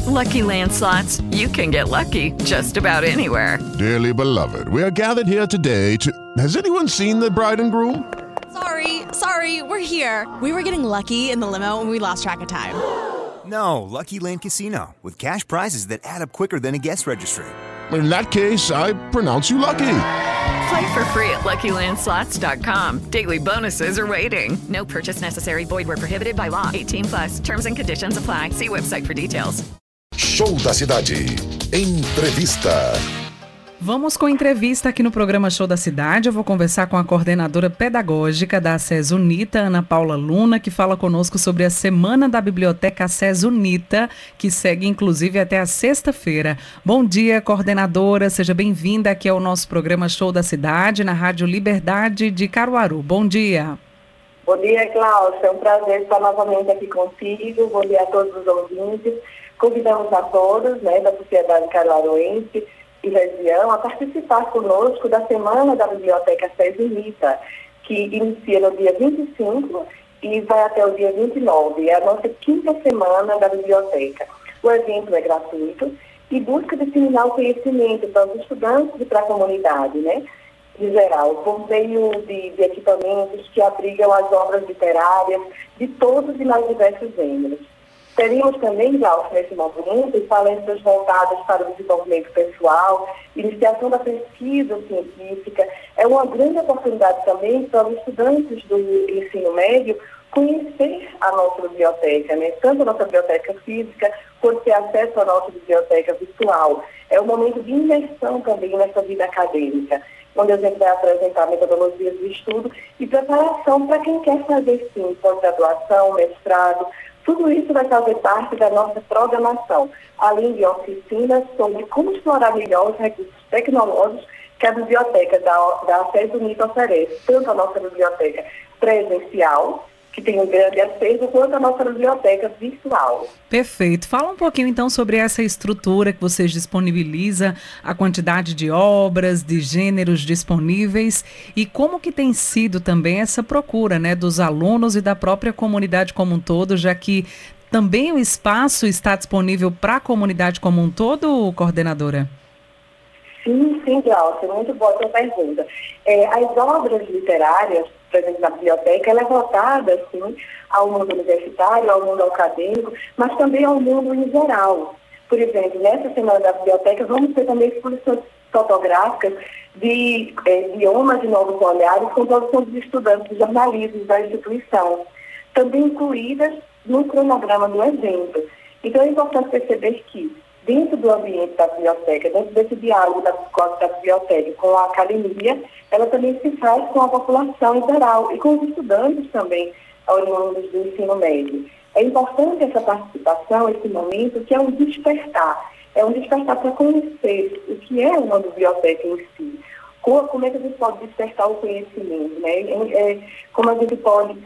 Lucky Land Slots, you can get lucky just about anywhere. Dearly beloved, we are gathered here today to... Has anyone seen the bride and groom? Sorry, we're here. We were getting lucky in the limo and we lost track of time. No, Lucky Land Casino, with cash prizes that add up quicker than a guest registry. In that case, I pronounce you lucky. Play for free at LuckyLandSlots.com. Daily bonuses are waiting. No purchase necessary. Void where prohibited by law. 18+. Terms and conditions apply. See website for details. Show da Cidade. Entrevista. Vamos com entrevista aqui no programa Show da Cidade. Eu vou conversar com a coordenadora pedagógica da ACES Unita, Ana Paula Luna, que fala conosco sobre a Semana da Biblioteca ACES Unita, que segue inclusive até a sexta-feira. Bom dia, coordenadora, seja bem-vinda aqui ao nosso programa Show da Cidade, na Rádio Liberdade de Caruaru. Bom dia. Bom dia, Cláudia. É um prazer estar novamente aqui contigo. Bom dia a todos os ouvintes. Convidamos a todos, da sociedade caruaruense e região a participar conosco da Semana da Biblioteca ACES Unita, que inicia no dia 25 e vai até o dia 29. É a nossa quinta semana da biblioteca. O evento é gratuito e busca disseminar o conhecimento para os estudantes e para a comunidade, em geral, por meio de equipamentos que abrigam as obras literárias de todos e mais diversos gêneros. Teríamos também, Glaucio, nesse momento, palestras voltadas para o desenvolvimento pessoal, iniciação da pesquisa científica. É uma grande oportunidade também para os estudantes do ensino médio conhecer a nossa biblioteca, tanto a nossa biblioteca física, quanto ter acesso à nossa biblioteca virtual. É um momento de imersão também nessa vida acadêmica, onde a gente vai apresentar metodologias de estudo e preparação para quem quer fazer, sim, pós-graduação, mestrado. Tudo isso vai fazer parte da nossa programação, além de oficinas sobre como explorar melhor os recursos tecnológicos que a biblioteca da ACES Unita oferece, tanto a nossa biblioteca presencial, que tem um grande acervo, quanto a nossa biblioteca virtual. Perfeito. Fala um pouquinho então sobre essa estrutura que vocês disponibilizam, a quantidade de obras, de gêneros disponíveis e como que tem sido também essa procura, dos alunos e da própria comunidade como um todo, já que também o espaço está disponível para a comunidade como um todo, coordenadora? Sim, Glaucio, muito boa a sua pergunta. As obras literárias presentes na biblioteca, ela é voltada, sim, ao mundo universitário, ao mundo acadêmico, mas também ao mundo em geral. Por exemplo, nessa Semana da Biblioteca, vamos ter também exposições fotográficas de idiomas e novos olhares com produção dos estudantes de jornalismo da instituição, também incluídas no cronograma do evento. Então, é importante perceber que, dentro do ambiente da biblioteca, dentro desse diálogo da biblioteca com a academia, ela também se faz com a população em geral e com os estudantes também, oriundos do ensino médio. É importante essa participação, esse momento, que é um despertar. É um despertar para conhecer o que é uma biblioteca em si. Como é que a gente pode despertar o conhecimento, como a gente pode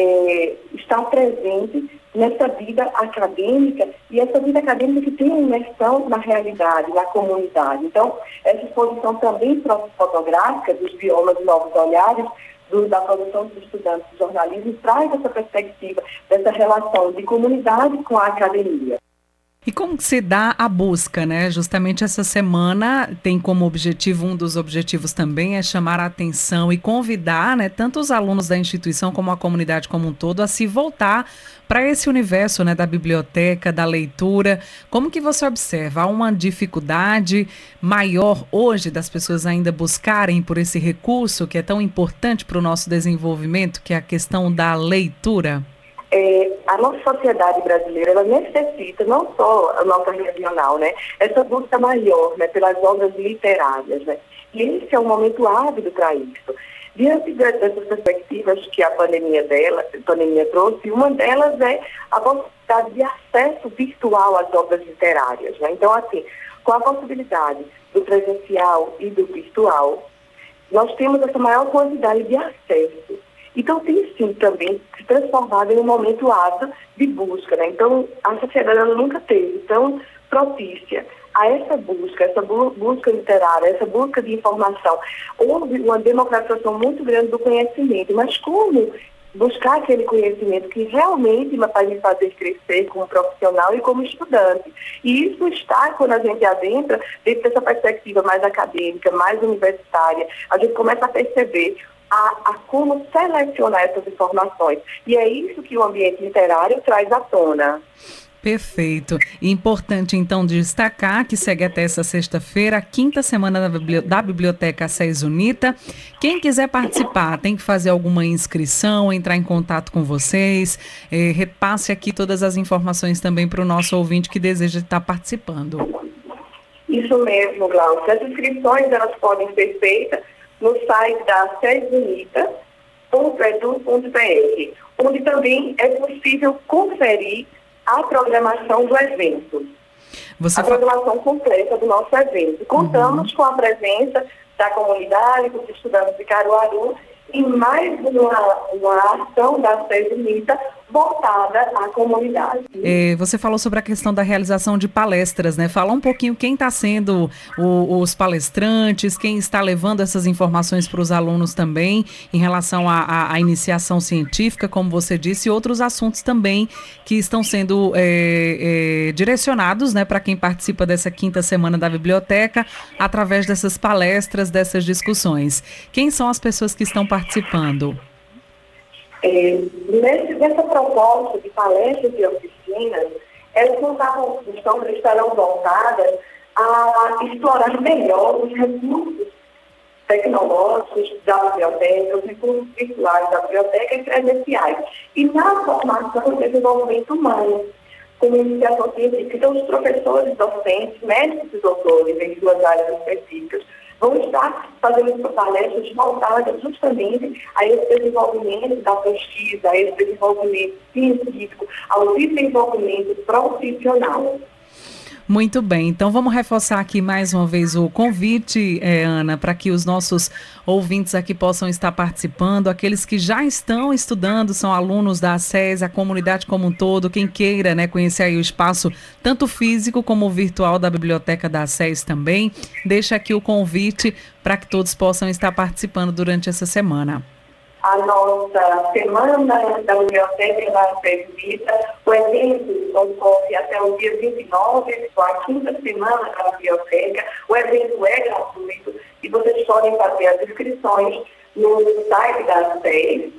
estar presente nessa vida acadêmica, e essa vida acadêmica que tem uma imersão na realidade, na comunidade. Então, essa exposição também fotográfica dos biomas e novos olhares, da produção dos estudantes de jornalismo, traz essa perspectiva dessa relação de comunidade com a academia. E como que se dá a busca, Justamente essa semana tem como objetivo, um dos objetivos também é chamar a atenção e convidar, tanto os alunos da instituição como a comunidade como um todo a se voltar para esse universo, da biblioteca, da leitura. Como que você observa? Há uma dificuldade maior hoje das pessoas ainda buscarem por esse recurso que é tão importante para o nosso desenvolvimento, que é a questão da leitura? A nossa sociedade brasileira, ela necessita, não só a nossa regional, essa busca maior, pelas obras literárias, E esse é um momento ávido para isso. Diante dessas perspectivas que a pandemia trouxe, uma delas é a possibilidade de acesso virtual às obras literárias, Então, assim, com a possibilidade do presencial e do virtual, nós temos essa maior quantidade de acesso. Então, tem sim também se transformado em um momento ávido de busca, Então, a sociedade ela nunca teve tão propícia a essa busca literária, essa busca de informação. Houve uma democratização muito grande do conhecimento, mas como buscar aquele conhecimento que realmente vai me fazer crescer como profissional e como estudante. E isso está, quando a gente adentra, dentro dessa perspectiva mais acadêmica, mais universitária, a gente começa a perceber a como selecionar essas informações. E é isso que o ambiente literário traz à tona. Perfeito. E importante, então, destacar que segue até essa sexta-feira, a 5ª semana da Biblioteca SES Unita. Quem quiser participar, tem que fazer alguma inscrição, entrar em contato com vocês. Repasse aqui todas as informações também para o nosso ouvinte que deseja estar participando. Isso mesmo, Glaucia. As inscrições elas podem ser feitas no site da sesunita.edu.br, onde também é possível conferir a programação do evento, programação completa do nosso evento. Contamos com a presença da comunidade, dos estudantes de Caruaru, e mais uma ação da SES Unita voltada à comunidade. Você falou sobre a questão da realização de palestras, né? Fala um pouquinho quem está sendo os palestrantes, quem está levando essas informações para os alunos também, em relação à iniciação científica, como você disse, e outros assuntos também que estão sendo direcionados, né, para quem participa dessa 5ª semana da biblioteca, através dessas palestras, dessas discussões. Quem são as pessoas que estão participando? Nessa proposta de palestras e oficinas, elas estarão voltadas a explorar melhor os recursos tecnológicos da biblioteca, os recursos virtuais da biblioteca e presenciais, e na formação e desenvolvimento humano, como iniciação científica. Então, os professores, docentes, médicos e doutores em suas áreas específicas vão estar fazendo palestras voltadas justamente a esse desenvolvimento da pesquisa, a esse desenvolvimento científico, ao desenvolvimento profissional. Muito bem, então vamos reforçar aqui mais uma vez o convite, Ana, para que os nossos ouvintes aqui possam estar participando, aqueles que já estão estudando, são alunos da SES, a comunidade como um todo, quem queira, né, conhecer aí o espaço, tanto físico como virtual da biblioteca da SES também, deixa aqui o convite para que todos possam estar participando durante essa semana. A nossa semana da biblioteca da SES Unita, o evento ocorre até o dia 29, a 5ª semana da biblioteca. O evento é gratuito e vocês podem fazer as inscrições no site da SES,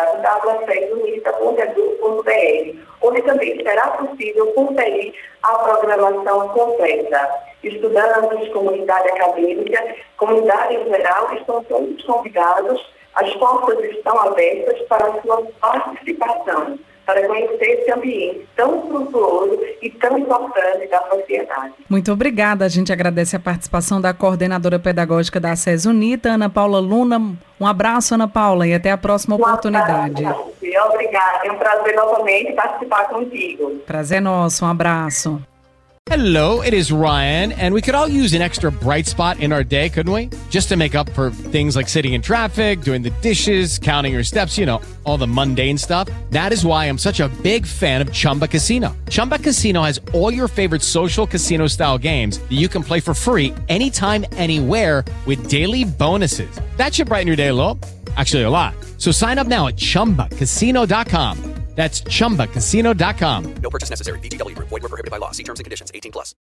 www.sesunita.edu.br, onde também será possível conferir a programação completa. Estudantes, comunidade acadêmica, comunidade em geral, estão todos convidados. As portas estão abertas para a sua participação, para conhecer esse ambiente tão frutuoso e tão importante da sociedade. Muito obrigada. A gente agradece a participação da coordenadora pedagógica da SES Unita, Ana Paula Luna. Um abraço, Ana Paula, e até a próxima oportunidade. Obrigada. É um prazer novamente participar contigo. Prazer nosso. Um abraço. Hello, it is Ryan, and we could all use an extra bright spot in our day, couldn't we? Just to make up for things like sitting in traffic, doing the dishes, counting your steps, you know, all the mundane stuff. That is why I'm such a big fan of Chumba Casino. Chumba Casino has all your favorite social casino-style games that you can play for free anytime, anywhere with daily bonuses. That should brighten your day a little. Actually, a lot. So sign up now at ChumbaCasino.com. That's ChumbaCasino.com. No purchase necessary. VGW Group. Void where prohibited by law. See terms and conditions. 18+.